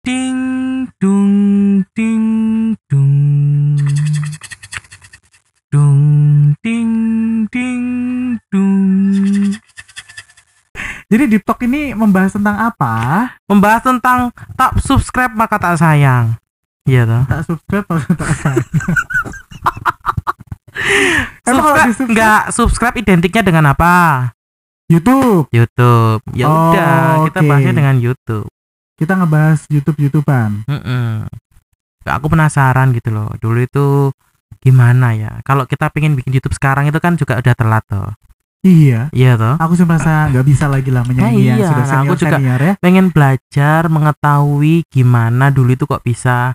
Ding dung ding dung. Dung ding ding dung. Jadi Deep Talk ini membahas tentang apa? Membahas tentang tak subscribe maka tak sayang. Iya toh? Tak subscribe atau tak sayang? Emang kalau Subscribe di-subscribe? enggak subscribe identiknya dengan apa? YouTube. YouTube. Ya Oh, udah, kita oke. bahasnya dengan YouTube. Kita ngebahas YouTubean. Aku penasaran gitu loh. Dulu itu gimana ya? Kalau kita pengen bikin YouTube sekarang itu kan juga udah telat toh. Iya. Iya toh? Aku sih merasa nggak bisa lagi lah menyanyi yang Iya, sudah nah, aku juga senior ya. pengen belajar mengetahui gimana dulu itu kok bisa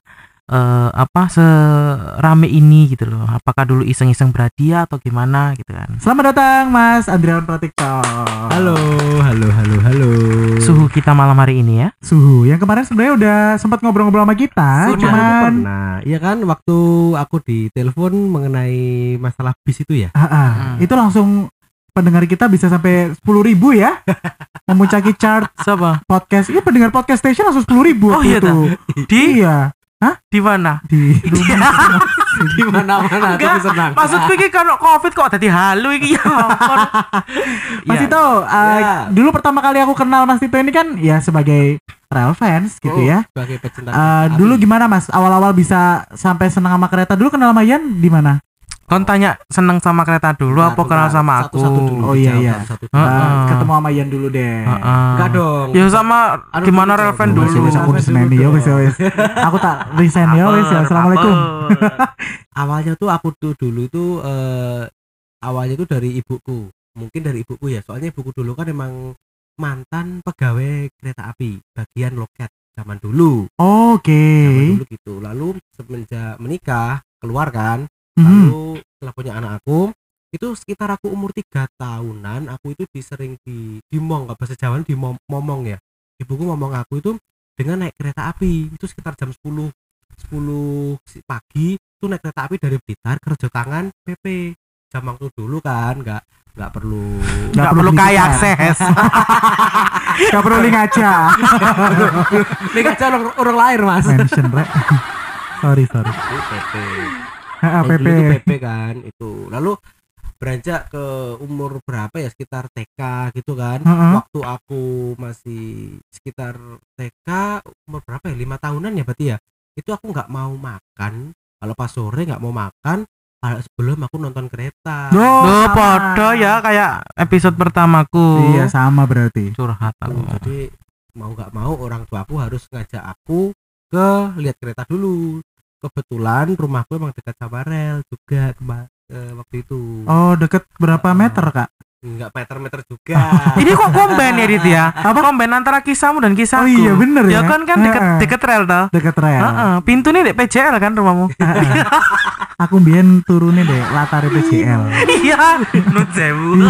serame ini gitu loh. Apakah dulu iseng-iseng berhadiah atau gimana gitu kan. Selamat datang Mas Andriawan Pratikto. Halo. Suhu kita malam hari ini ya. Suhu. Yang kemarin sebenarnya udah sempat ngobrol-ngobrol sama kita, Aku cuman pernah, iya kan waktu aku ditelepon mengenai masalah bis itu ya. itu langsung pendengar kita bisa sampai 10.000 ya. Memuncaki chart Siapa? podcast. Iya, pendengar podcast station langsung 10.000 Oh, iya itu. Di Iya. di mana? Di rumah. Di mana-mana Enggak, tapi senang. maksudku iki kalau Covid kok tadi halu iki ya. ampun. Mas Iya. Tito, Ya. dulu pertama kali aku kenal Mas Tito ini kan ya sebagai real fans gitu ya. Sebagai pecinta. Dulu gimana Mas? Awal-awal bisa sampai senang sama kereta. Dulu kenal sama Ian di mana? Kon tanya seneng sama kereta dulu apa kenal sama aku? Satu-satu dulu. Oh, iya, iya. Satu-satu. Ketemu sama Ian dulu deh. Enggak dong. Ya sama Anu gimana dulu, relevan dulu. dulu. Wes aku diseneni ya wes ya wes. Aku tak resign ya wes ya. Assalamualaikum. Awalnya tuh aku tuh dulu itu awalnya tuh dari ibuku. Mungkin dari ibuku ya. Soalnya ibuku dulu kan emang mantan pegawai kereta api bagian loket zaman dulu. Oke. Zaman dulu gitu. Lalu semenjak menikah keluar kan. Mhm. Lalu setelah punya anak aku itu sekitar aku umur 3 tahunan aku itu disering dimong, bahasa Jawa momong ya. Ibuku ngomong aku itu dengan naik kereta api itu sekitar jam 10 pagi itu naik kereta api dari Blitar ke Rejotangan PP. Zaman waktu dulu kan nggak perlu Enggak perlu beli kayak tiket. akses. Gak perlu link aja. link aja orang lahir mas. Mention rek. Sorry. Itu PP. APP. Dulu itu PP kan itu. Lalu beranjak ke umur berapa ya, sekitar TK gitu kan. Waktu aku masih sekitar TK umur berapa ya, 5 tahunan ya berarti ya. Itu aku nggak mau makan kalau pas sore, nggak mau makan kalau sebelum aku nonton kereta. Loh, podo ya kayak episode pertamaku. Iya sama berarti. Curhat aku. Jadi mau nggak mau orang tuaku harus ngajak aku ke lihat kereta dulu. Kebetulan rumahku emang dekat sama rel juga waktu itu. Oh, deket berapa meter kak? Enggak meter-meter juga. Ini kok komben ya Dit ya? Apa komben antara kisahmu dan kisahku? Oh iya bener ya. Ya kan deket rel toh. Deket rel. Pintu nih di PJL kan rumahmu. Aku mbien turunnya deh latar PJL. Iya, Nun sewu.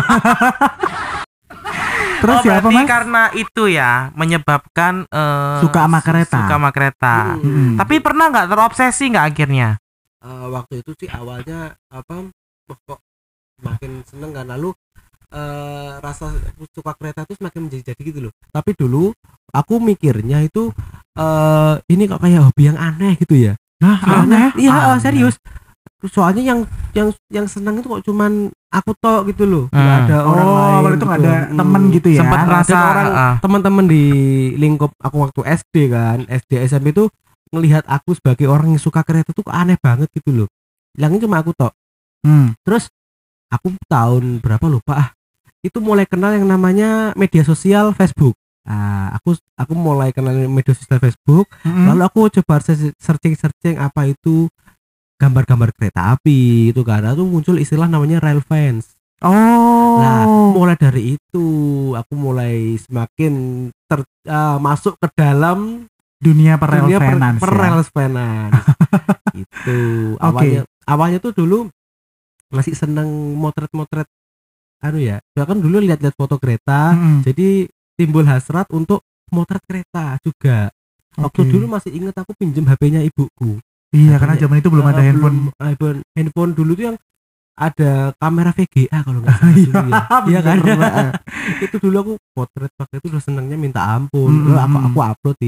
Terus ya apa berarti mas? karena itu ya menyebabkan Suka sama kereta. Suka sama kereta. Mm-mm. Tapi pernah nggak terobsesi nggak akhirnya? Waktu itu sih awalnya kok makin seneng kan, lalu rasa suka kereta itu semakin menjadi gitu loh. Tapi dulu aku mikirnya itu ini kok kayak hobi yang aneh gitu ya. Nah, aneh. Iya Aneh. serius. Soalnya yang senang itu kok cuman aku tok gitu loh. Nggak ada orang lain. Awal itu nggak ada temen gitu ya. Sempat Ada merasa orang teman-teman di lingkup aku waktu SD kan, SD SMP itu ngelihat aku sebagai orang yang suka kereta tuh kok aneh banget gitu loh. Bilangnya cuma aku tok. Terus aku tahun berapa lupa itu mulai kenal yang namanya media sosial Facebook. Aku mulai kenal media sosial Facebook. Lalu aku coba searching apa itu gambar-gambar kereta api itu kan. Itu muncul istilah namanya rail fans. Oh. Nah, mulai dari itu aku mulai semakin masuk ke dalam dunia perel finance. Perel finance. Itu awalnya tuh dulu masih seneng motret ya kan dulu lihat-lihat foto kereta. Jadi timbul hasrat untuk motret kereta juga. Waktu dulu masih ingat aku pinjem HP-nya ibuku. Iya, karena zaman itu belum ada handphone dulu tuh yang ada kamera VGA kalau nggak salah dulu ya. Iya kan. Itu dulu aku potret pakai itu udah senangnya minta ampun. Lalu aku upload di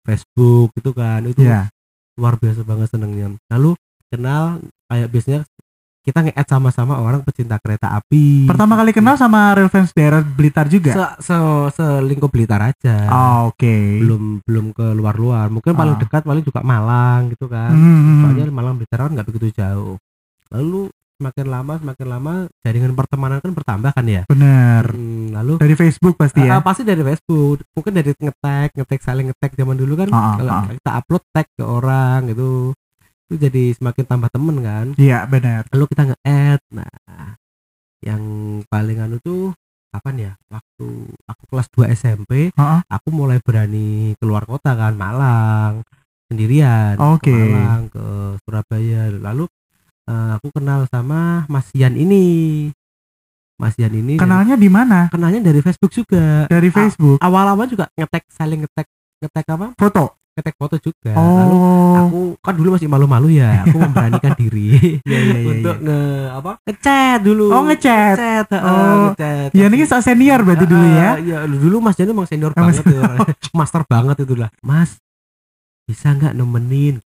Facebook gitu kan. Itu Iya. luar biasa banget senengnya. Lalu kenal kayak biasanya kita nge-add sama-sama orang pecinta kereta api. Pertama kali kenal sama real fans daerah Blitar juga? Selingkup Blitar aja. Oh, oke. Belum ke luar-luar. Mungkin paling dekat paling juga Malang gitu kan. Soalnya Malang Blitar kan nggak begitu jauh. Lalu semakin lama jaringan pertemanan kan bertambah kan ya. Bener. Lalu dari Facebook pasti ya. Pasti dari Facebook. Mungkin dari ngetek saling ngetek zaman dulu kan. Kalau kita upload tag ke orang gitu, itu jadi semakin tambah temen kan. Iya benar. Lalu kita nge-add. Nah, yang paling anu tuh kapan ya? Waktu aku kelas 2 SMP, aku mulai berani keluar kota kan, Malang sendirian. Ke Malang, ke Surabaya. Lalu aku kenal sama Mas Yan ini. Kenalnya di mana? Kenalnya dari Facebook juga. Dari Facebook. Awal-awal juga saling ngetek apa? Ngetek foto juga. Lalu aku kan dulu masih malu-malu ya. Aku memberanikan diri untuk ngechat dulu. Ngechat. Ngechat. Ya ini senior berarti dulu ya. Iya, dulu Mas Jan emang senior banget ya. Master banget itulah. Mas, bisa nggak nemenin?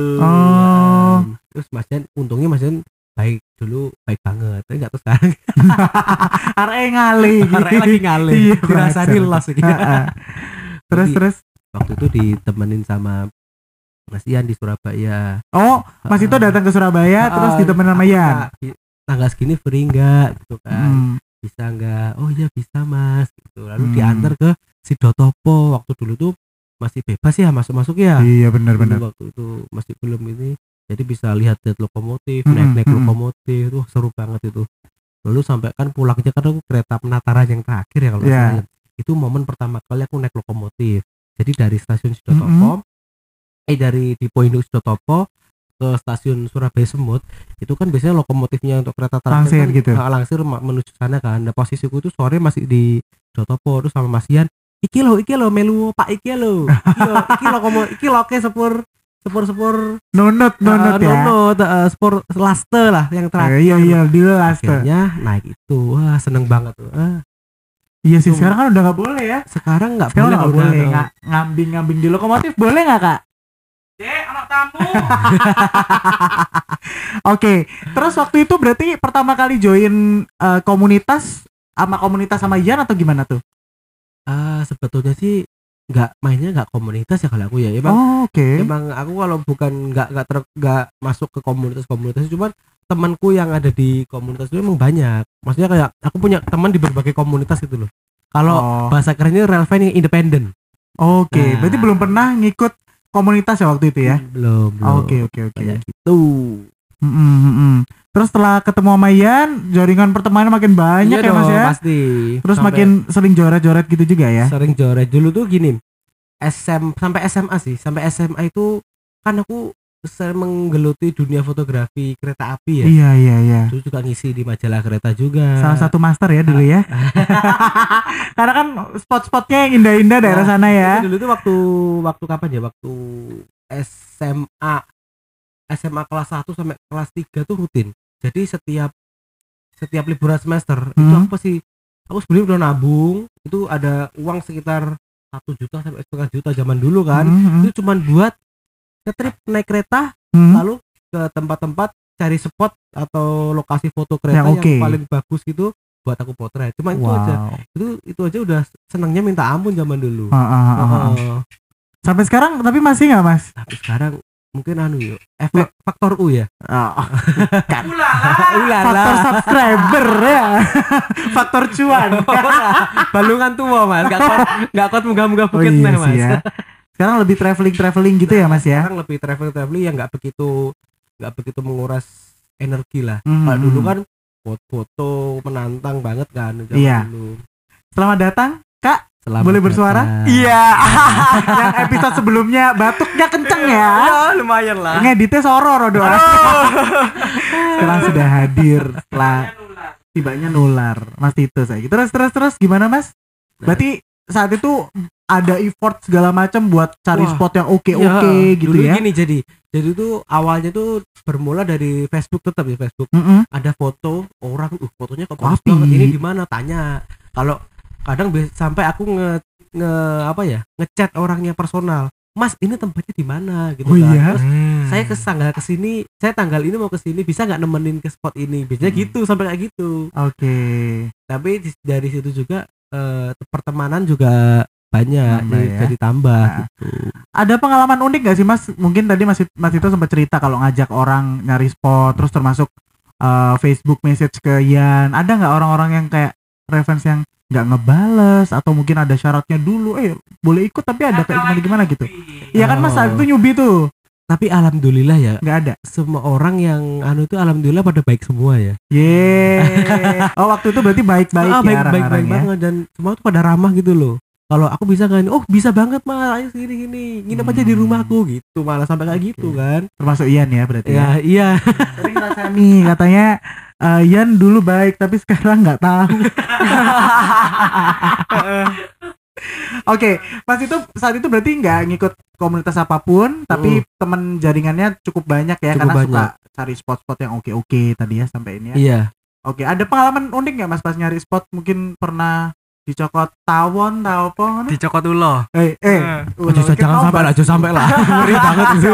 Terus Mas Jan, untungnya Mas Jan baik banget, tapi nggak tahu sekarang. Arek lagi ngali. Dirasain los gitu. Terus waktu itu ditemenin sama Mas Ian di Surabaya. Mas itu datang ke Surabaya terus ditemenin sama Ian. Tanggal segini free nggak gitu kan? Bisa nggak? Oh iya bisa Mas gitu. Lalu diantar ke Sidotopo. Waktu dulu tuh masih bebas ya masuk ya. Iya benar. Waktu itu masih belum ini. Jadi bisa lihat lokomotif, naik lokomotif, tuh seru banget itu. Lalu sampai kan pulangnya kan aku kereta Penataran yang terakhir ya kalau saya. Itu momen pertama kali aku naik lokomotif. Jadi dari stasiun Sidotopo, dari Depo Induk Sidotopo ke stasiun Surabaya Semut, itu kan biasanya lokomotifnya untuk kereta Langsir kan, gitu. Langsir menuju sana kan. Nah, posisiku tuh sore masih di Sidotopo terus sama Mas Ian. Iki lo melu Pak iki lo oke sepur nonot ya. Sport laste lah yang terakhir. Iya di laste. Akhirnya naik itu. Wah, seneng banget tuh. Iya sih, sekarang kan udah nggak boleh ya. Sekarang nggak boleh. Ngambing di lokomotif boleh nggak Kak? Anak tamu. Oke, terus waktu itu berarti pertama kali join komunitas sama Ian atau gimana tuh? Sebetulnya sih mainnya nggak komunitas ya kalau aku ya. Emang aku kalau bukan nggak masuk ke komunitas cuman temanku yang ada di komunitas itu emang banyak. Maksudnya kayak aku punya teman di berbagai komunitas gitu loh. Kalau bahasa kerennya real fan yang independen. Berarti belum pernah ngikut komunitas ya waktu itu ya? Belum. Oke. Kayak gitu. Terus setelah ketemu sama Ian, jaringan pertemanan makin banyak ya Mas ya? Pasti. Terus makin sering joret-joret gitu juga ya? Sering joret dulu tuh gini. Sampai SMA sih. Sampai SMA itu kan aku sering menggeluti dunia fotografi kereta api ya. Iya. Terus juga ngisi di majalah kereta juga. Salah satu master ya dulu ya. Karena kan spot-spotnya yang indah-indah daerah sana ya. Dulu tuh waktu kapan ya? Waktu SMA kelas 1 sampai kelas 3 tuh rutin. Jadi setiap liburan semester itu aku sebelumnya udah nabung, itu ada uang sekitar 1 juta sampai setengah juta zaman dulu kan. Itu cuman buat trip naik kereta, lalu ke tempat-tempat cari spot atau lokasi foto kereta yang paling bagus gitu buat aku potret. Cuma itu aja. Itu aja udah senangnya minta ampun zaman dulu. Sampai sekarang tapi masih nggak Mas? Tapi sekarang mungkin efek faktor U ya. Faktor subscriber ya. Faktor cuan. Balungan tua Mas. Gak kuat munggah-munggah bukit Mas. Ya. Sekarang lebih traveling gitu ya Mas ya. Sekarang lebih traveling yang nggak begitu menguras energi lah. Kalau dulu kan foto menantang banget kan. Dulu. Selamat datang Kak. Boleh bersuara? datang. Iya. Yang episode sebelumnya batuknya kenceng ya. Lumayan lah. Ngeditnya soror doa. Sekarang sudah hadir setelah tibanya nular Mas Tito saya. Terus gimana Mas? Berarti saat itu ada effort segala macam buat cari spot yang oke gitu dulu ya. Gini jadi itu awalnya tuh bermula dari Facebook, tetap di Facebook. Ada foto orang, fotonya kok bagus banget. Ini di mana? Tanya. Kalau kadang sampai aku ngechat orangnya personal. Mas ini tempatnya di mana gitu Oh kan. iya? Terus saya tanggal kesini, saya tanggal ini mau kesini, bisa nggak nemenin ke spot ini, biasanya gitu sampai kayak gitu. Oke. Tapi dari situ juga pertemanan juga banyak Tambah ya. jadi tambah Nah. gitu. Ada pengalaman unik gak sih Mas? Mungkin tadi Mas itu sempat cerita kalau ngajak orang nyari spot, terus termasuk Facebook message ke Ian. Ada nggak orang-orang yang kayak reference yang nggak ngebales atau mungkin ada syaratnya dulu, boleh ikut tapi ada kayak gimana gitu? Iya kan Mas, saat itu newbie tuh. Tapi alhamdulillah ya, Nggak ada. semua orang yang itu alhamdulillah pada baik semua ya. Yeay. Oh, waktu itu berarti baik-baik ya baik orang-orang ya. banget, dan semua tuh pada ramah gitu loh. Kalau aku bisa kan, oh bisa banget Mas, ayo sini nginep aja di rumahku gitu, malah sampai kayak gitu kan. Termasuk Ian ya berarti ya. Ya iya. Sering rasani katanya Ian dulu baik tapi sekarang nggak tahu. Oke, Mas itu saat itu berarti nggak ngikut komunitas apapun, tapi teman jaringannya cukup banyak ya, Cukup karena banyak. suka cari spot-spot yang oke-oke tadi ya sampai ini ya. Iya. Oke, ada pengalaman unik nggak Mas pas nyari spot? Mungkin pernah dicokot tawon, tahu apa? Dicokot ulo. Jangan sampai lah, jangan sampai lah. Ngeri banget itu.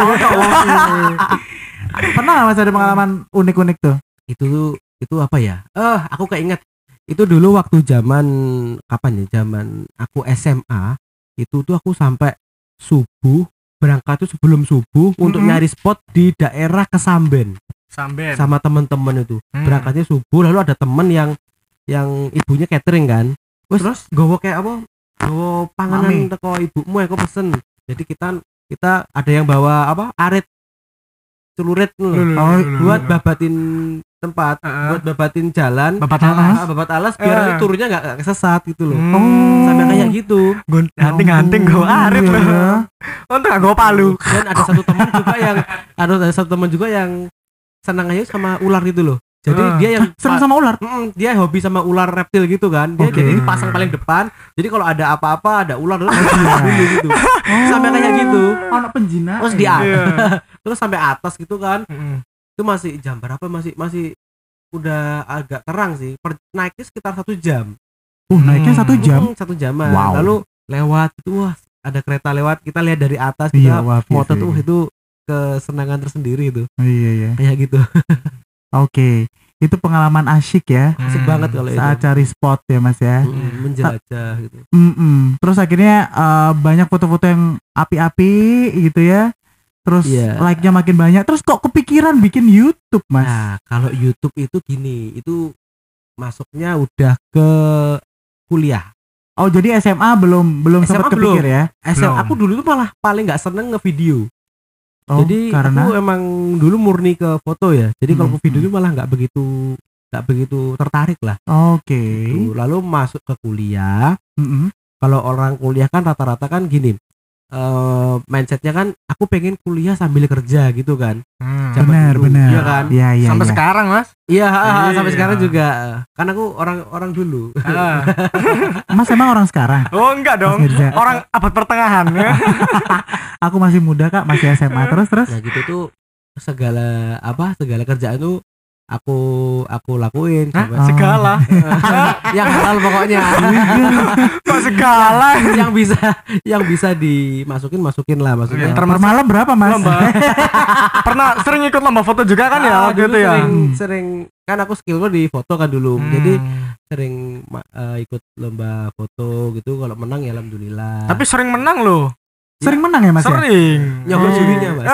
Pernah nggak Mas ada pengalaman unik-unik tuh? Itu apa ya? Aku keinget itu dulu waktu zaman kapan ya? Zaman aku SMA, itu tuh aku sampai subuh, berangkat tuh sebelum subuh untuk nyari spot di daerah Kesamben. Samben. Sama teman-teman itu. Berangkatnya subuh, lalu ada temen yang ibunya catering kan. Terus gowo kayak apa? Gowo panganan teko ibumu aku pesen. Jadi kita ada yang bawa apa? Arit celurit buat babatin tempat, buat babatin jalan, babat alas biar turunnya nggak kesesat gitu loh. Sampai kayak gitu. Ganting-ganting gue arit loh. Untuk nggak gue palu. Dan ada satu teman juga yang senang aja sama ular gitu loh. Jadi dia yang senang sama ular. Dia hobi sama ular reptil gitu kan. Dia jadi dipasang paling depan. Jadi kalau ada apa-apa, ada ular terus dulu gitu. Sampai kayak gitu. Anak penjina. Terus terus sampai atas gitu kan. Itu masih jam berapa, masih udah agak terang sih. Naiknya sekitar 1 jam. Naiknya 1 jam. 1 jaman. Wow. Lalu lewat itu, wah ada kereta lewat, kita lihat dari atas, Iya, kita wah, foto iya. tuh, itu kesenangan tersendiri itu. Iya. Kayak gitu. Oke, itu pengalaman asyik ya. Asik banget kalau Saat itu. cari spot ya Mas ya. Menjelajah gitu. Terus akhirnya banyak foto-foto yang api-api gitu ya. Terus like-nya makin banyak. Terus kok kepikiran bikin YouTube Mas? Nah, kalau YouTube itu gini, itu masuknya udah ke kuliah. Oh, jadi SMA belum sempat kepikir ya? SMA aku dulu tuh malah paling nggak seneng ngevideo. Oh, Jadi karena aku emang dulu murni ke foto ya. Jadi kalau ke video itu malah nggak begitu tertarik lah. Oke. Gitu. Lalu masuk ke kuliah. Kalau orang kuliah kan rata-rata kan gini. Mindsetnya kan aku pengen kuliah sambil kerja gitu kan. Benar. Iya kan? Iya. Sampai sekarang Mas. Iya, sampai sekarang juga. Kan aku orang dulu. Mas emang orang sekarang? Oh enggak dong. Orang abad pertengahan. Aku masih muda Kak, masih SMA. Terus. Nah gitu tuh segala kerjaan tuh aku lakuin. Segala. Yang halal pokoknya. Kok segala? yang bisa masukin lah maksudnya. Per malam berapa Mas? Pernah sering ikut lomba foto juga kan ya waktu itu ya? Sering kan aku skillku di foto kan dulu. Jadi sering ikut lomba foto gitu, kalau menang ya alhamdulillah. Tapi sering menang loh. Sering menang ya Mas? Sering. Nyogok jurinya Mas.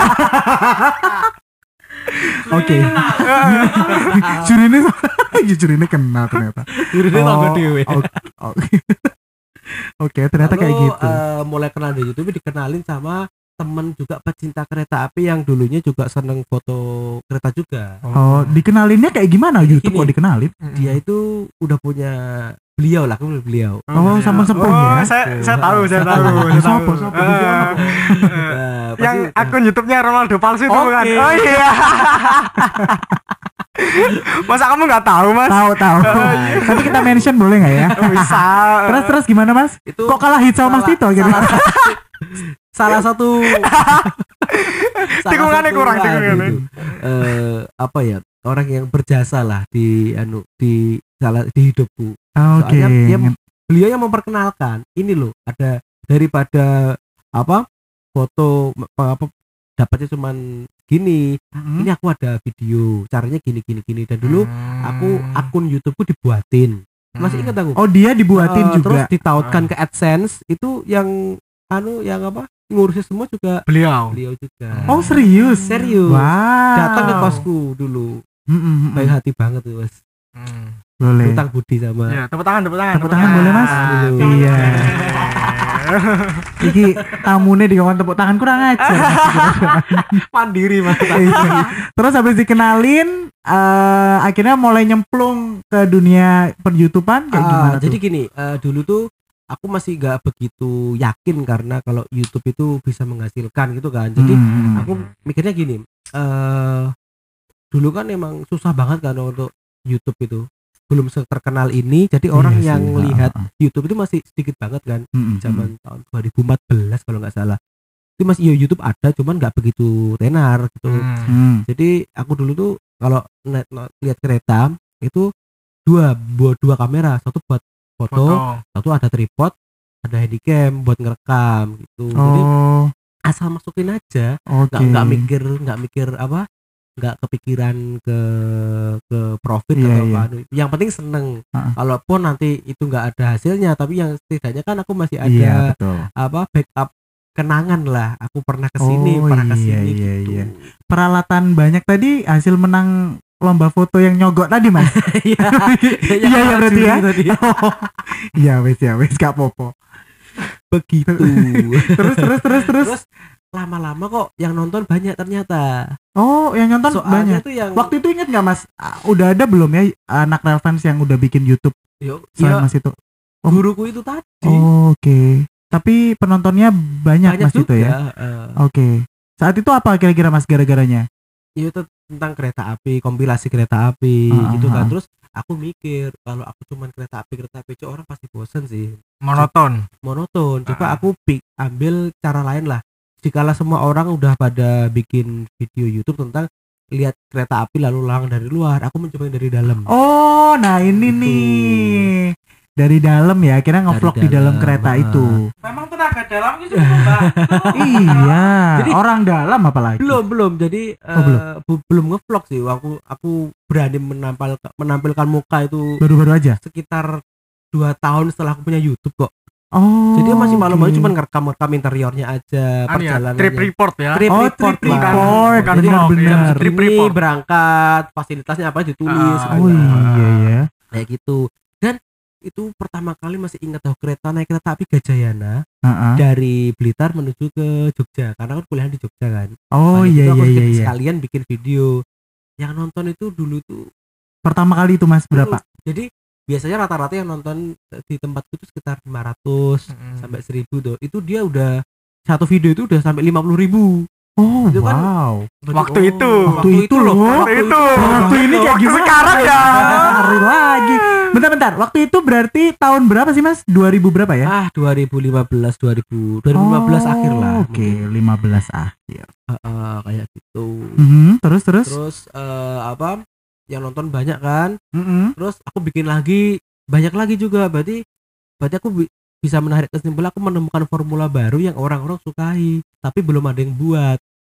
Oke. Jurinya kenal ternyata. Jurinya tangga dewe. Oke, ternyata kayak gitu. Mulai kenal di YouTube, dikenalin sama temen juga pecinta kereta api yang dulunya juga seneng foto kereta juga. Oh, dikenalinnya kayak gimana? YouTube kok dikenalin? Dia itu udah punya beliau. Oh, sama sepuh ya. Saya tahu. Sopo. Yang akun YouTube-nya Ronaldo palsu itu kan. Oh iya. Masa kamu nggak tahu Mas? Tahu. Tapi kita mention boleh nggak ya? Bisa. Terus gimana Mas? Itu kok kalah hit sama Mas Tito gitu? Salah satu tikungannya kurang. Apa ya, orang yang berjasa lah di hidupku. Oke. Soalnya beliau yang memperkenalkan ini loh, ada daripada foto apa dapatnya cuman gini. Mm-mm. Ini aku ada video, caranya gini. Dan dulu aku akun YouTubeku dibuatin. Masih ingat aku. Oh, dia dibuatin Terus juga. ditautkan ke AdSense itu yang yang apa? Ngurusnya semua juga beliau juga. Oh, serius? Serius. Wow. Datang ke kosku dulu. Baik hati banget tuh, Mas. Boleh. Utang budi sama. ya tepuk tangan Tepuk tangan boleh, Mas? Dulu. Iya. Iki tamune dikon tepuk tangan kurang ajar. Mandiri, Mas. Iya. Terus habis dikenalin akhirnya mulai nyemplung ke dunia per-YouTubean kayak gimana tuh? Jadi gini, dulu tuh aku masih gak begitu yakin karena kalau YouTube itu bisa menghasilkan gitu kan. Jadi aku mikirnya gini, dulu kan emang susah banget kan untuk YouTube itu. Belum terkenal ini, jadi orang Iya yang sih, lihat YouTube itu masih sedikit banget kan. Zaman tahun 2014 kalau nggak salah. Itu masih YouTube ada, cuman nggak begitu tenar gitu. Jadi aku dulu tuh kalau lihat kereta itu dua kamera, satu buat foto, satu ada tripod, ada handycam buat ngerekam gitu. Jadi asal masukin aja, nggak mikir apa, nggak kepikiran ke profit atau apa. Yang penting seneng. Kalaupun nanti itu nggak ada hasilnya, tapi yang setidaknya kan aku masih ada apa backup kenangan lah. Aku pernah kesini, pernah kesini gitu. Peralatan banyak tadi hasil menang lomba foto yang nyogok tadi, Mas. Iya berarti ya. Iya wes gak popo. Begitu. Terus lama-lama kok yang nonton banyak ternyata. Oh, yang nonton soalnya banyak. Tuh yang waktu itu inget nggak, Mas? Udah ada belum ya anak Relfans yang udah bikin YouTube? Selain Mas itu. Guruku itu tadi. Oke. Tapi penontonnya banyak Mas juga, itu ya. Oke. Saat itu apa kira-kira Mas gara-garanya? Itu tentang kereta api, kompilasi kereta api gitu kan. Terus aku mikir kalau aku cuman kereta api orang pasti bosen sih. Monoton. Coba aku ambil cara lain lah. Jikalau semua orang udah pada bikin video YouTube tentang lihat kereta api lalu lalang dari luar, aku mencoba yang dari dalam. Oh, nah ini nih. Dari dalam ya, akhirnya ngevlog di dalam kereta itu. Memang tenaga dalam gitu, Mbak. Iya. Jadi, orang dalam apalagi? Belum. Jadi belum ngevlog sih. Aku berani menampilkan muka itu baru-baru aja. Sekitar 2 tahun setelah aku punya YouTube kok. Oh. Jadi masih malu-malu cuma ngerekam interiornya aja, perjalanannya. Trip report ya. Trip report. Kan benar. Trip report berangkat, fasilitasnya apa ditulis. Oh iya ya. Kayak gitu. Dan itu pertama kali masih ingat naik kereta api Gajayana dari Blitar menuju ke Jogja karena kan kuliah di Jogja kan. Oh iya. Sekalian bikin video. Yang nonton itu dulu tuh pertama kali itu Mas berapa? Jadi biasanya rata-rata yang nonton di tempatku itu sekitar 500 sampai 1000 tuh. Itu dia udah satu video itu udah sampai 50.000. Oh itu kan, wow. Waktu itu loh. Waktu ini kayak gimana sekarang ya? Hari lagi. Bentar. Waktu itu berarti tahun berapa sih Mas? 2000 berapa ya? 2015 akhir lah. Oke, 15 akhir. Kayak gitu. Terus apa? Yang nonton banyak kan? Terus aku bikin lagi banyak lagi juga. Berarti aku bisa menarik kesimpulan aku menemukan formula baru yang orang-orang sukai tapi belum ada yang buat.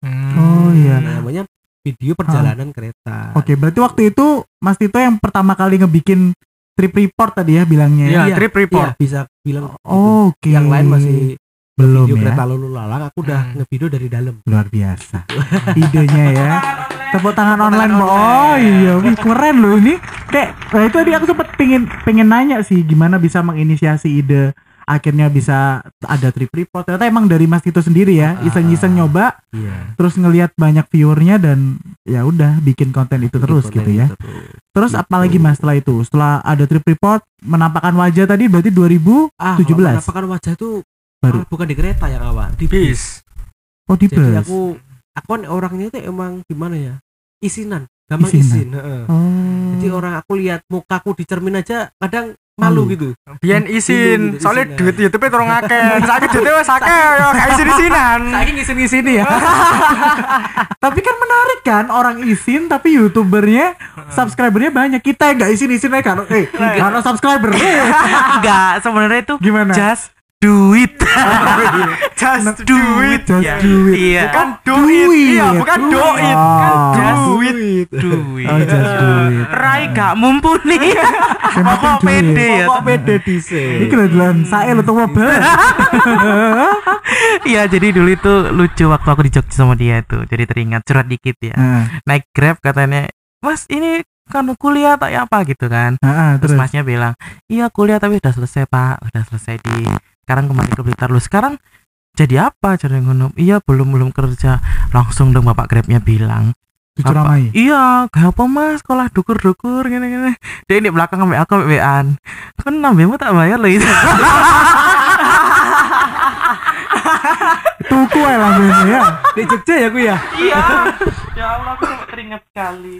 Oh iya. Namanya video perjalanan kereta. Oke, berarti waktu itu Mas Tito yang pertama kali ngebikin trip report tadi ya bilangnya. Iya, trip report. Iya, bisa bilang. Oke. Yang lain masih belum video ya. Kereta lalu lalang, aku udah ngevideo dari dalam. Luar biasa. Idenya ya. Tepuk tangan online. Oh iya, keren loh ini. Kayak itu tadi aku sempet pengen nanya sih gimana bisa menginisiasi ide akhirnya bisa ada trip report. Ternyata emang dari Mas Tito sendiri ya, iseng-iseng nyoba, terus ngelihat banyak viewernya dan ya udah bikin konten itu terus gitu ya. Terus apalagi Mas setelah itu? Setelah ada trip report, menampakkan wajah tadi berarti 2017. Menampakkan wajah itu baru bukan di kereta yang awal, di bis. Oh di bis. Jadi aku kan orangnya itu emang gimana ya? Isinan, gampang isin. Jadi orang aku lihat mukaku di cermin aja kadang malu gitu. Biyen isin, soalnya duit YouTube terong akeh. Saiki duitnya wis akeh ya gak isin-isinan. Saiki ngisin-ngisin ya. Tapi kan menarik kan orang isin tapi YouTubernya subscribernya banyak. Kita yang gak isin-isin kan. Karena subscriber. Enggak, sebenarnya itu gimana? Just do it. Just do it. Just Ya. do it. Iya. Bukan do Do it. it. Iya, bukan do it. Oh. Just Do it. do it. Oh, just do it. Rai gak mumpuni. Yang Pokok penting do it. pede ya. Kok pede dhisik. Iki lho dolan sae lho tuh mobil. Iya, jadi dulu itu lucu waktu aku di Jogja sama dia itu. Jadi teringat curhat dikit ya. Heeh. Naik Grab katanya, "Mas, ini kan kuliah tak ya apa gitu kan." Heeh, Terus terus. masnya bilang, "Iya kuliah tapi udah selesai Pak, udah selesai di sekarang kembali ke Blitar." Lu sekarang jadi apa? Jadi ngono. "Iya belum kerja." Langsung dong bapak Grabnya bilang, Diceramai. "Iya, kayak apa Mas? Sekolah dukur-dukur gini-gini." Dia ini belakang sampai aku WA-an. "Kan nambahmu tak bayar loh itu." Tuku ae langsung ya. Di Jogja ya ku ya. Iya. Ya Allah, aku teringat sekali.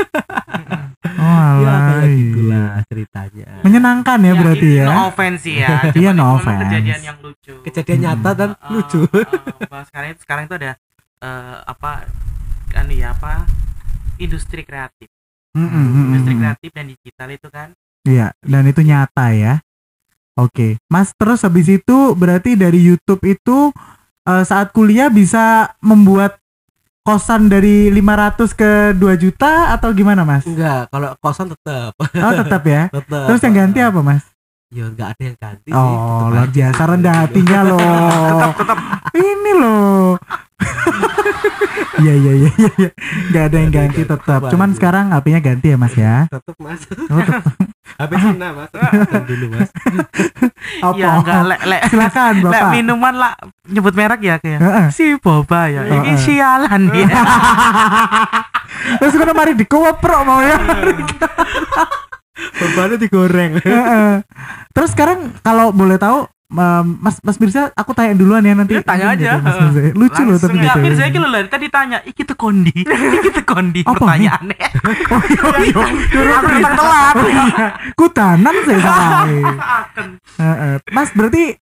Oh, Ya alah. kayak gitulah ceritanya. Menyenangkan ya berarti ya. No offense sih ya. Iya, Cuman no itu memang offense. Kejadian yang lucu. Kejadian nyata dan lucu. Sekarang itu ada apa kan ya apa industri kreatif. Industri kreatif dan digital itu kan. Iya, dan itu nyata ya. Oke, Mas, terus habis itu berarti dari YouTube itu saat kuliah bisa membuat kosan dari 500 ke 2 juta atau gimana, Mas? Enggak, kalau kosan tetap. Oh, tetap ya. Tetap. Terus yang ganti apa, Mas? Ya enggak ada yang ganti sih. Oh, tetap luar aja. biasa rendah hatinya loh. Ini loh. Iya. Enggak ada yang ganti tetap. Cuman sekarang HP-nya ganti ya, Mas ya. Tetap Mas. Oh, tetap. HP Cina Mas. Tetap dulu Mas. Apa? Ya enggak lek Silakan, lek Bapak. minuman lah nyebut merek ya kayak. Heeh. Si boba ya. Ini Heeh. sialan dia. Terus kena mari dikoprok mau ya. Bebannya digoreng. Heeh. Terus sekarang kalau boleh tahu Mas Mirza, aku tanya duluan ya nanti. Ya, tanya Gitu, aja. Mas Mirza. Lucu loh Langsung tapi Enggak, gitu. Mir saya kira tadi tanya, "Iki tuh kondi." Iki tuh kondi Apa? pertanyaannya. Oh iya. Aku datang telat. Kutanan saya salah. Heeh. Mas berarti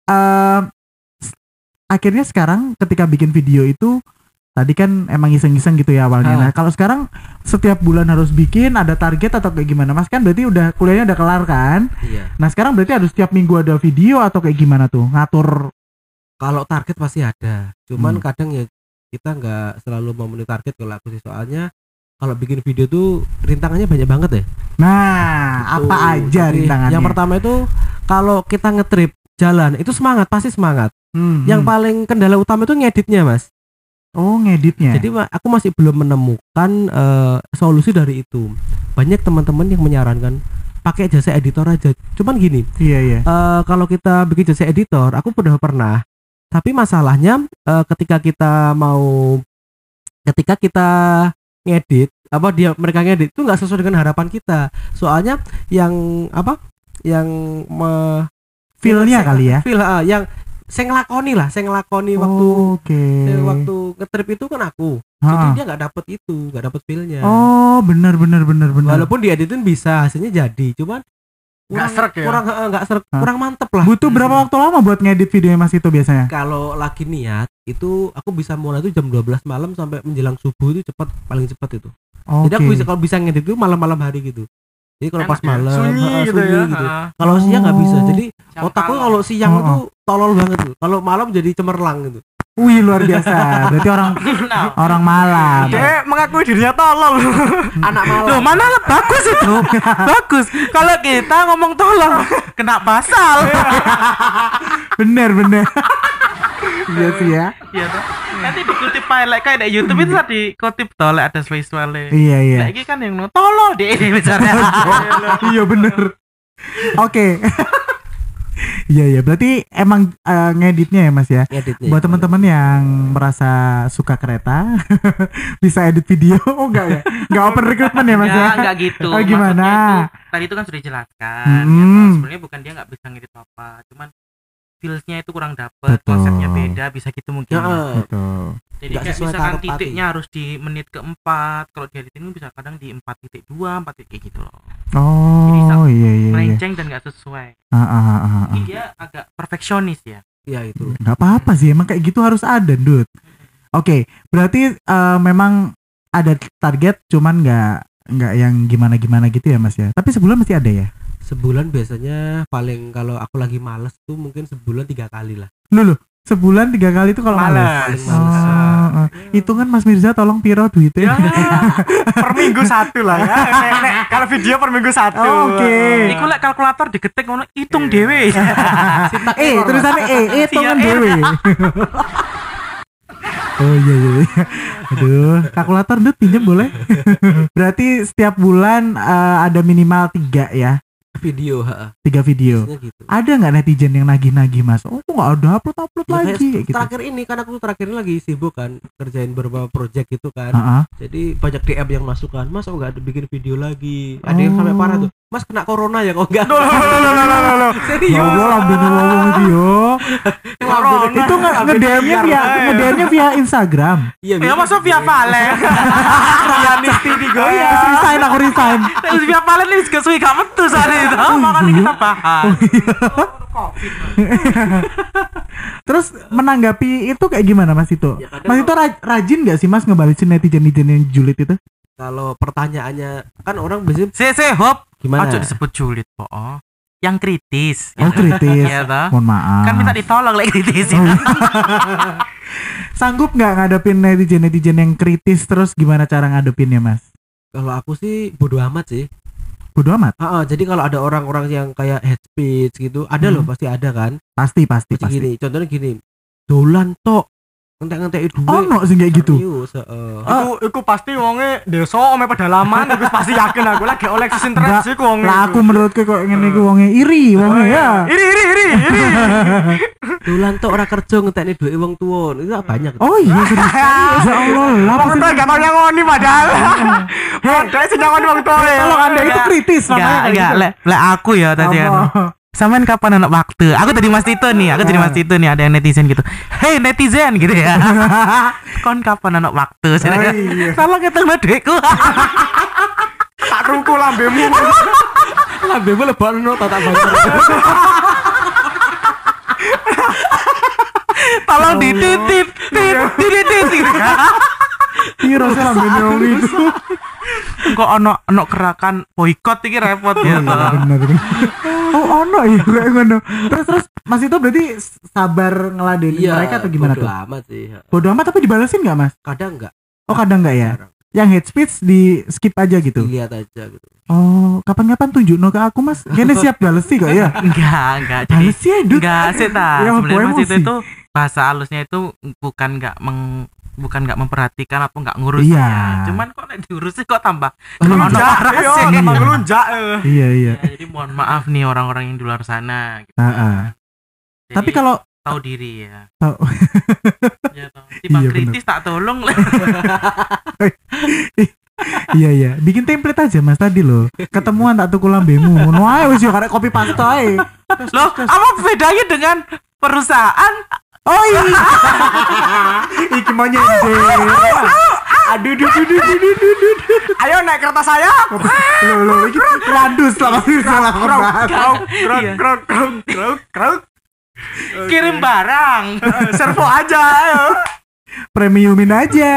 akhirnya sekarang ketika bikin video itu tadi kan emang iseng-iseng gitu ya awalnya. Nah, kalau sekarang setiap bulan harus bikin, ada target atau kayak gimana? Mas kan berarti udah kuliahnya udah kelar kan? Iya. Nah, sekarang berarti harus setiap minggu ada video atau kayak gimana tuh? Ngatur. Kalau target pasti ada. Cuman Hmm. kadang ya kita nggak selalu memenuhi target kalau aku sih, soalnya kalau bikin video tuh rintangannya banyak banget ya. Nah, Tuh, apa aja tapi rintangannya? Yang pertama itu kalau kita ngetrip jalan itu semangat, pasti semangat. Yang paling kendala utama itu ngeditnya Mas. Oh, ngeditnya. Jadi aku masih belum menemukan solusi dari itu. Banyak teman-teman yang menyarankan pakai jasa editor aja. Cuman gini, iya. kalau kita bikin jasa editor, aku udah pernah. Tapi masalahnya ketika kita ngedit, mereka ngedit itu nggak sesuai dengan harapan kita. Soalnya yang Feel-nya kali ya. yang saya ngelakoni Oke. waktu ngetrip itu kan aku. Ha. Jadi dia nggak dapet feel-nya. Oh, benar. Walaupun dieditin bisa, hasilnya jadi, cuman Nggak srek ya? nggak srek, Hah? kurang mantep lah. Butuh berapa waktu lama buat ngedit videonya Mas itu biasanya? Kalau lagi niat itu aku bisa mulai itu jam 12 malam sampai menjelang subuh itu paling cepat itu. Oke. Jadi aku kalau bisa ngedit itu malam-malam hari gitu. Jadi kalau Enak pas ya? malam Sunyi gitu ya. Kalau siang nggak bisa. Jadi Jam otakku malam. kalau siang Oh, itu tolol banget tuh. Kalau malam jadi cemerlang gitu. Wih, luar biasa. Berarti orang malam. Dia mengakui dirinya tolol. Anak malam. Loh, mana bagus itu. Bagus. Kalau kita ngomong tolong kena pasal. Bener. Iya sih ya. Iya toh. Nanti dikutip pilot kayak di YouTube itu tadi kutip tolak ada visualnya. Iya. Lagi kan yang tolol deh ini misalnya. Iya bener. Oke. Iya. Berarti emang ngeditnya ya Mas ya. Ngeditnya. Buat teman-teman yang merasa suka kereta bisa edit video. Oh enggak ya? Enggak open recruitment ya Mas ya? Enggak gitu. Oh, gimana? Maksudnya itu, tadi itu kan sudah dijelaskan. Ya, Hmm. sebenarnya bukan dia nggak bisa ngedit apa, cuman feelsnya itu kurang dapet, Betul. konsepnya beda, bisa gitu mungkin. Ya, ya. Betul. Jadi nggak kayak sesuai misalkan target titiknya harus di menit keempat, kalau di editing itu bisa kadang di 4.2, 4 kayak gitu loh. Oh, iya. Melenceng dan nggak sesuai. Mungkin dia agak perfeksionis ya. ya itu. Nggak apa-apa sih, emang kayak gitu harus ada, Dut. Oke, berarti memang ada target, cuman nggak yang gimana gitu ya Mas ya. Tapi sebulan masih ada ya. Sebulan biasanya paling kalau aku lagi males tuh mungkin sebulan 3 kali lah. Loh, sebulan 3 kali itu kalau Paling males. males. Itu kan Mas Mirza tolong piro duitnya. Ya, per minggu 1 lah ya. Kalau video per minggu 1. Oke. Iku lek kalkulator diketik ngono hitung dhewe. Tulisannya hitungan Iya, dewe. Oh iya. Aduh, kalkulator Dut pinjam boleh? Berarti setiap bulan ada minimal 3 ya. Video, 3 video. biasanya gitu. Ada nggak netizen yang nagih-nagih Mas? Oh, kok nggak ada upload Ya, lagi kayak gitu. terakhir ini kan aku terakhir ini lagi sibuk kan kerjain beberapa project gitu kan. Heeh. Jadi banyak DM yang masuk kan, Mas kok nggak ada bikin video lagi. Ada yang sampai parah tuh, Mas kena corona ya kok enggak? Ya Serius. Allah, lambene wong iki yo. Itu nge-DM-nya via Instagram. Iya, Ya masuk via Valen. Ya nisti di gue. Aku resign. Terus via Valen wis gak suwi gak metu sare itu. Makanya kita bahas. Terus menanggapi itu kayak gimana Mas itu? Ya, kadang Mas itu rajin nggak sih Mas ngebalesin netizen yang julid itu? Kalau pertanyaannya kan orang biasanya Hop. gimana? Ojo disebut julid po. Yang kritis. Oh kritis. Iya toh. Mohon maaf. Kan minta ditolong lek kritis. Sanggup nggak ngadepin netizen yang kritis, terus gimana cara ngadepinnya Mas? Kalau aku sih bodo amat sih. Bodo amat. Jadi kalau ada orang-orang yang kayak hate speech gitu, ada loh pasti ada kan. Pasti. Gini, contohnya gini. Dolan tok. Ngentek-ngentek duit. Ono sing kayak gitu. Serius, Iku pasti wonge desa ome pedalaman, iku pasti yakin aku lagi oleh internet Enggak. sih wonge. Lah aku menurutku kok ngene iki wonge iri wonge ya. Iri. Dolan tok ora kerja ngentekne duit wong tuwa. Itu banyak. Oh iya serius. Ya Allah, lah Wong tuwa gak tau nyangoni padahal. Padahal sing nyangoni wong tuwa. kalau Anda itu kritis Enggak, lek aku ya tadi kan. Sampean kapan anak waktu? Aku tadi Mas Tito nih, ada yang netizen gitu. Hey netizen gitu ya. Kon kapan anak waktu? iya. Kalau ketemu duitku. Tak rungku lambemu. Lambemu lebokno tak bayar. Tolong dititit. Piro sih lambene wong itu. Kok ono gerakan boikot iki repot ya. Bener. Oh ono ya kayak ngono. Terus Mas itu berarti sabar ngeladenin mereka atau gimana tuh? Bodo amat sih. Bodo amat tapi dibalesin nggak Mas? Kadang enggak. Oh kadang nggak ya? Jarang. Yang hate speech di skip aja gitu. Dilihat aja gitu. Oh kapan-kapan tunjuk ke aku Mas. Kayaknya siap balesi kok ya. Enggak. Jadi Balesi ya Dut. enggak sih ta. Ya, Sebenarnya Mas emosi. itu bahasa halusnya itu bukan nggak memperhatikan atau nggak ngurus Iya. ya. Cuman kok nek diurusi kok tambah Ngelunjak, waras yo, ya. emang ngelunjak. Iya. Ya, jadi mohon maaf nih orang-orang yang di luar sana gitu. Jadi, Tapi kalau tahu diri ya. Tahu. Ya tahu. Timbang Iya, kritis tak tolong lah. iya bikin template aja Mas tadi loh. Ketemuan tak tuku lambemu. Ngono ae wis yo karek kopi paste ae. Loh, apa bedanya dengan perusahaan? Oh iya. Iki mau nyender. Aduh. Ayo naik kereta saya. Loh, iki randus lah pasti salah banget. Krok. Kirim barang. Servo aja. Ayo. Premiumin aja.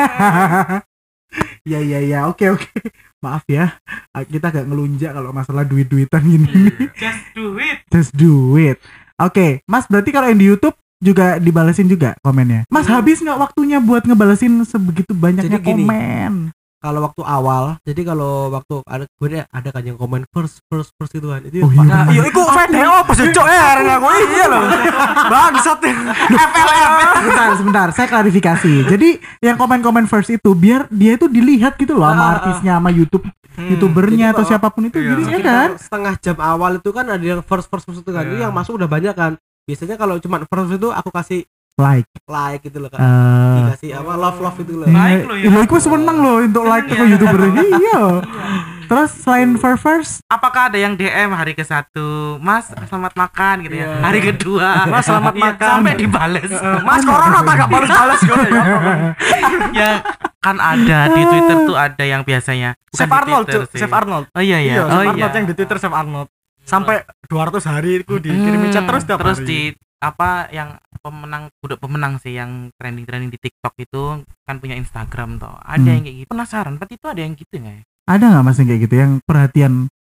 Ya, oke. Maaf ya, kita agak ngelunjak kalau masalah duit-duitan gini. Just do it. Oke, Mas berarti kalau yang di YouTube juga dibalesin juga komennya. Mas habis nggak waktunya buat ngebalesin sebegitu banyaknya Jadi gini, komen? Kalau waktu awal, jadi kalau waktu ada kan yang komen first gitu kan. Itu Oh, iya. pas- Iya, iku video apa sih cok aku iya loh. Bangsat. Sebentar, saya klarifikasi. Jadi yang komen-komen first itu biar dia itu dilihat gitu loh sama artisnya, sama YouTubernya Jadi atau kalau- siapapun itu iya. gini ya Mungkin kan? kalau setengah jam awal itu kan ada yang first itu kan. Itu Iya. yang masuk udah banyak kan. Biasanya kalau cuma first itu aku kasih Like. gitu loh kan. Eh, Dikasih apa love itu loh. Baik loh ya. Iya, aku seneng loh untuk like ke YouTubernya. Iya. Terus selain first, Apakah ada yang DM hari ke-1, Mas selamat makan gitu ya. Iya. Hari kedua, Mas, selamat Iya, makan. sampai dibales. Mas corona tak gak balas gue ya. Ya kan ada di Twitter tuh ada yang biasanya bukan Chef di Arnold, Twitter Cuk. sih. Chef Arnold. Oh iya Iya, ya. Chef Oh Arnold iya. yang di Twitter Chef Arnold. Sampai 200 hari itu dikirimi chat terus tiap terus hari. di apa yang pemenang sih yang trending di TikTok itu kan punya Instagram toh. Ada yang kayak gitu. Penasaran, berarti itu ada yang gitu nggak ya? ada nggak Mas yang kayak gitu yang perhatian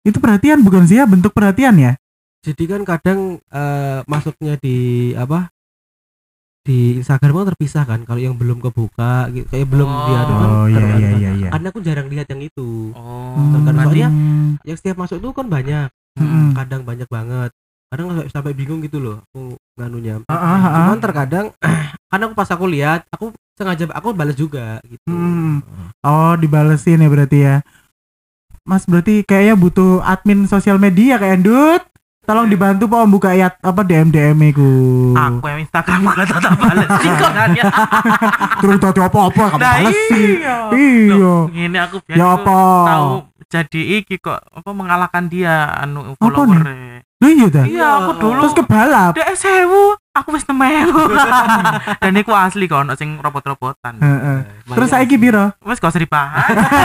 Itu perhatian bukan sih ya, bentuk perhatian ya? Jadi kan kadang masuknya di apa? Di Instagram kan terpisah kan, kalau yang belum kebuka gitu, kayak belum diadu kan. Oh iya. Karena aku jarang lihat yang itu. Oh, Terkadang berarti soalnya yang setiap masuk tuh kan banyak. Mm-mm. Kadang banyak banget. Kadang sampai bingung gitu loh aku nganunya. Ah. Cuman terkadang karena pas aku lihat, aku sengaja aku balas juga gitu. Oh, dibalesin ya berarti ya. Mas berarti kayaknya butuh admin sosial media kayak Endut. Tolong dibantu Pak Om buka DM ku. aku yang Instagram gak tak bales ikonannya. Terus tadi apa-apa kamu Nah, bales sih. iya. Iya. Loh, ini aku biar Ya aku apa? tahu jadi iki kok apa mengalahkan dia Apa anu follower. Loh iya dah. Iya, aku dulu Terus kebalap. DS1000 aku wis nemelu. Dan iku asli kok ono sing robot-robotan. Heeh. Terus saiki piro? Wis gak usah dibahas.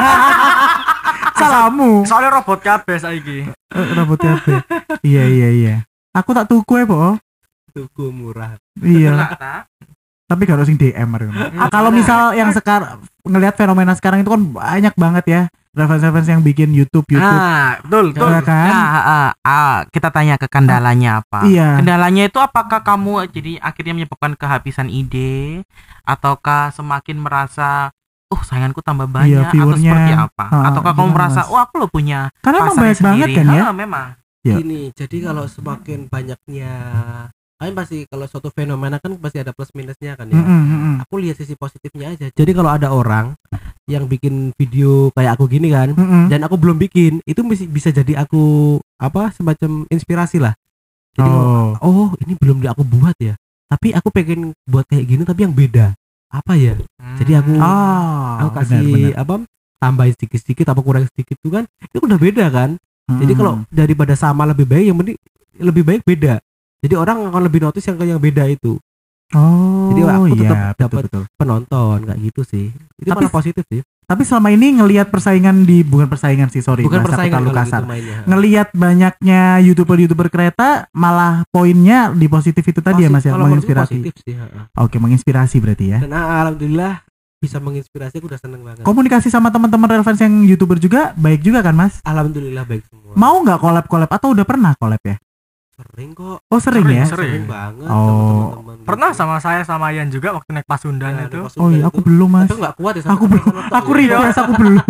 Salamu. Soalnya robot kabeh saiki. Robot HP. Iya. Aku tak tuku ya, Po. Tuku murah. Iya. Enggak, tak. Tapi gak harus sing DM kalau misal yang sekarang ngelihat fenomena sekarang itu kan banyak banget ya referensi yang bikin YouTube. Betul. Ya kan? Kita tanya ke kendalanya apa? Iya. Kendalanya itu apakah kamu jadi akhirnya menyebabkan kehabisan ide ataukah semakin merasa sainganku tambah banyak Iya, atau viewernya. seperti apa? Ataukah kamu Gimana, merasa Mas? aku lo punya Karena emang pasarnya banyak banget sendiri? kan ya? Memang. Ya. Gini, jadi kalau semakin banyaknya kan pasti kalau suatu fenomena kan pasti ada plus minusnya kan ya. Aku lihat sisi positifnya aja. Jadi kalau ada orang yang bikin video kayak aku gini kan, dan aku belum bikin, itu bisa jadi aku semacam inspirasi lah. Jadi ini belum aku buat ya. Tapi aku pengen buat kayak gini tapi yang beda. Apa ya? Jadi aku kasih benar. tambahin sedikit-sedikit apa kurang sedikit itu kan itu udah beda kan. Jadi kalau daripada sama lebih baik, yang penting lebih baik beda. Jadi orang akan lebih notice yang beda itu. Jadi aku tetap dapat penonton kayak gitu sih. Itu malah positif sih. Tapi selama ini ngelihat persaingan bukan persaingan sih, sorry. Bukan persaingan terlalu kalau kasar. gitu mainnya. Ngelihat banyaknya YouTuber kereta malah poinnya di positif itu tadi ya Mas ya, Kalau menurutku menginspirasi. positif sih, Oke, menginspirasi berarti ya. Dan alhamdulillah bisa menginspirasi, aku udah seneng banget. Komunikasi sama teman-teman referensi yang YouTuber juga baik juga kan Mas? Alhamdulillah baik semua. Mau nggak collab atau udah pernah collab ya? Sering kok. Oh sering ya? Sering. banget Oh. sama teman-teman. Pernah sama saya sama Ian juga waktu naik Pasundan Ya, itu. di Oh iya, Pasundan aku itu. belum Mas. Aku nggak kuat ya. Aku belum. Aku request, aku belum.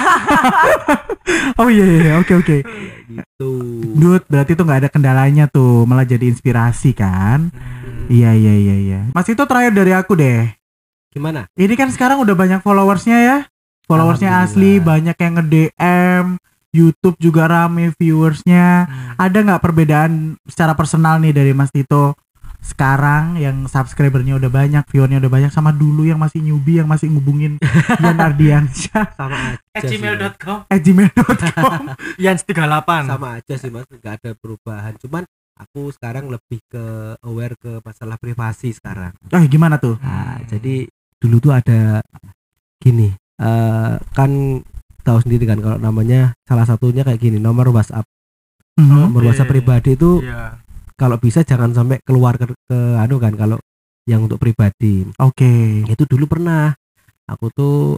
Oh iya, oke. Gitu. Dut, berarti tuh nggak ada kendalanya tuh, malah jadi inspirasi kan? Iya. Mas itu terakhir dari aku deh. Gimana? Ini kan sekarang udah banyak followersnya ya. Followersnya asli, banyak yang nge-DM, YouTube juga rame viewersnya. Ada nggak perbedaan secara personal nih dari Mas Tito sekarang yang subscribernya udah banyak, viewernya udah banyak sama dulu yang masih newbie yang masih ngubungin Ian Ardiansyah Sama aja sih, Mas. gmail.com. Ian 38. Sama aja sih Mas, nggak ada perubahan. Cuman aku sekarang lebih ke aware ke masalah privasi sekarang. Gimana tuh? Nah, jadi dulu tuh ada gini, kan tahu sendiri kan kalau namanya salah satunya kayak gini, nomor WhatsApp. Nomor WhatsApp pribadi itu Iya. kalau bisa jangan sampai keluar ke kan kalau yang untuk pribadi. Oke. Itu dulu pernah aku tuh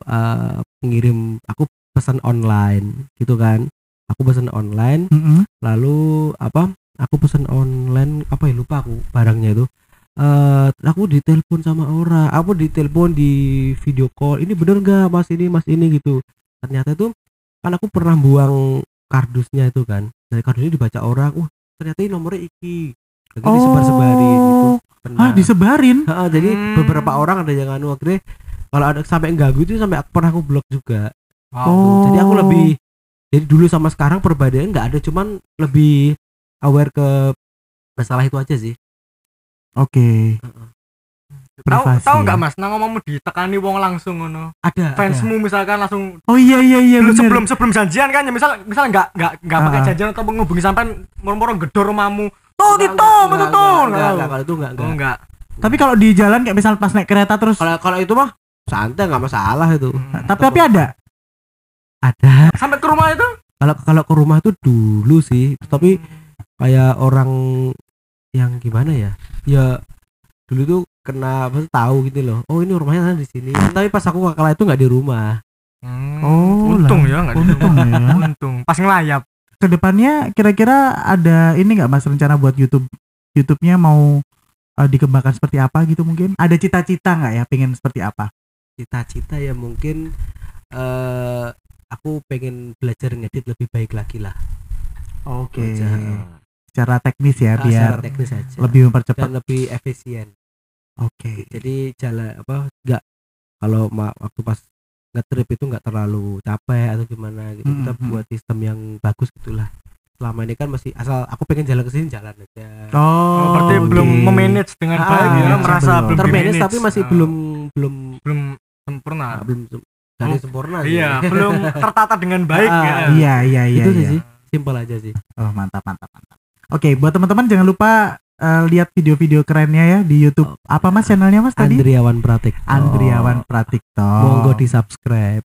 aku pesan online gitu kan. Aku pesan online, lalu aku pesan online lupa aku barangnya itu. Aku ditelepon sama orang, aku ditelepon di video call, ini bener nggak mas ini gitu. Ternyata itu kan aku pernah buang kardusnya itu kan, dari kardusnya dibaca orang, ternyata ini nomornya iki, lagi disebar-sebarin gitu. Disebarin? Jadi beberapa orang ada yang akhirnya kalau ada sampai ganggu itu sampai pernah aku blok juga. Jadi aku lebih, jadi dulu sama sekarang perbedaan nggak ada, cuman lebih aware ke masalah itu aja sih. Oke. Tahu nggak Mas, nang ngomongmu ditekani wong langsung ngono. Ada. Fansmu misalkan langsung. Oh iya Dulu bener. sebelum janjian kan ya, misal nggak pakai janjian atau ngubungi sampean moro-moro gedor rumahmu. Betul. Enggak, kalau itu enggak. Enggak. Tapi kalau di jalan kayak misal pas naik kereta terus Kalau itu mah santai, nggak masalah itu. tapi ada. Ada. Sampai ke rumah itu? Kalau ke rumah itu dulu sih, tapi kayak orang yang gimana ya? Ya dulu tuh kena tahu gitu loh. Oh, ini rumahnya di sini. Tapi pas aku kala itu nggak di rumah. Untung ya nggak di rumah. Untung ya. Untung. Pas ngelayap. kedepannya kira-kira ada ini nggak Mas rencana buat YouTube-nya mau dikembangkan seperti apa gitu mungkin? Ada cita-cita nggak ya pengen seperti apa? Cita-cita ya mungkin aku pengen belajar ngedit lebih baik lagi lah. Oke. Belajar, Secara teknis ya biar secara teknis aja lebih mempercepat. dan lebih efisien. Oke. Jadi jalan nggak kalau waktu pas nge-trip itu nggak terlalu capek atau gimana gitu. Kita buat sistem yang bagus gitulah. Selama ini kan masih asal aku pengen jalan ke sini jalan aja. Oh, berarti oke. belum memanage dengan baik ya, merasa belum. belum Termanage di-manage. tapi masih belum sempurna. belum dari sempurna sih. Iya, belum tertata dengan baik ya. Iya. Itu sih simpel aja sih. Oh, mantap. Oke, buat teman-teman jangan lupa lihat video-video kerennya ya di YouTube. Apa Mas channelnya Mas tadi? Andriawan Pratikto. Andriawan Pratikto. Monggo di subscribe.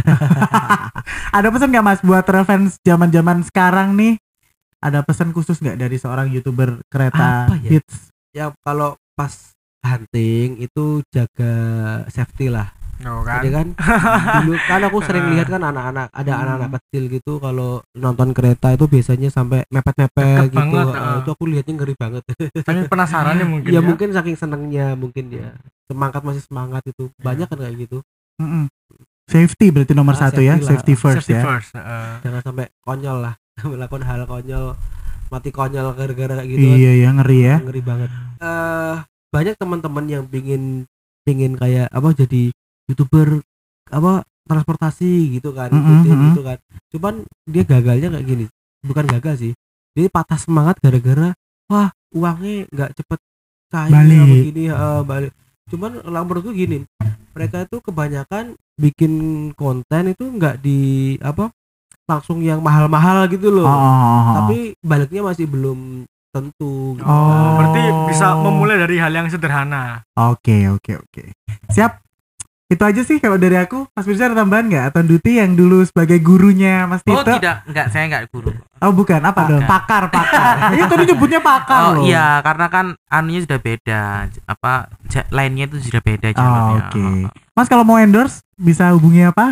Ada pesan nggak Mas buat fans zaman-zaman sekarang nih? Ada pesan khusus nggak dari seorang YouTuber kereta Apa ya? hits? Ya kalau pas hunting itu jaga safety lah. kan. Jadi kan dulu kan aku sering lihat kan anak-anak anak kecil gitu kalau nonton kereta itu biasanya sampai mepet-mepet Deket gitu. banget, Itu aku lihatnya ngeri banget. Saking penasarannya mungkin Ya mungkin saking senengnya mungkin ya. Masih semangat itu. Banyak kan kayak gitu. Safety berarti nomor satu ya, safety lah. safety first Safety ya. first. Jangan sampai konyol lah. Melakukan hal konyol, mati konyol gara-gara kayak gitu kan. Iya ya, ngeri ya. Ngeri banget. Banyak teman-teman yang pingin kayak jadi YouTuber transportasi gitu kan, gitu kan. Cuman dia gagalnya kayak gini. Bukan gagal sih. Dia patah semangat gara-gara wah, uangnya nggak cepet cair Balik. begini, balik. Cuman menurutku gini, mereka itu kebanyakan bikin konten itu nggak di langsung yang mahal-mahal gitu loh. Tapi baliknya masih belum tentu gitu. Berarti bisa memulai dari hal yang sederhana. Oke. Siap. Itu aja sih kalau dari aku. Mas Firza ada tambahan nggak? Atau Duti yang dulu sebagai gurunya Mas Tito? Oh tidak, enggak, saya enggak guru. Oh bukan, apa dong? Pakar. Iya tadi nyebutnya pakar loh. Iya, karena kan anunya sudah beda. Lainnya itu sudah beda jalurnya. Oke. Mas kalau mau endorse bisa hubungi apa?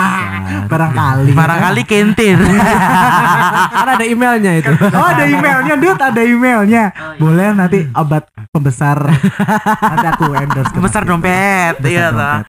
Barangkali kentir. Karena ada emailnya itu. Oh ada emailnya, Dut, ada emailnya. Boleh nanti obat pembesar. Nanti aku endorse. Besar dompet, iya toh.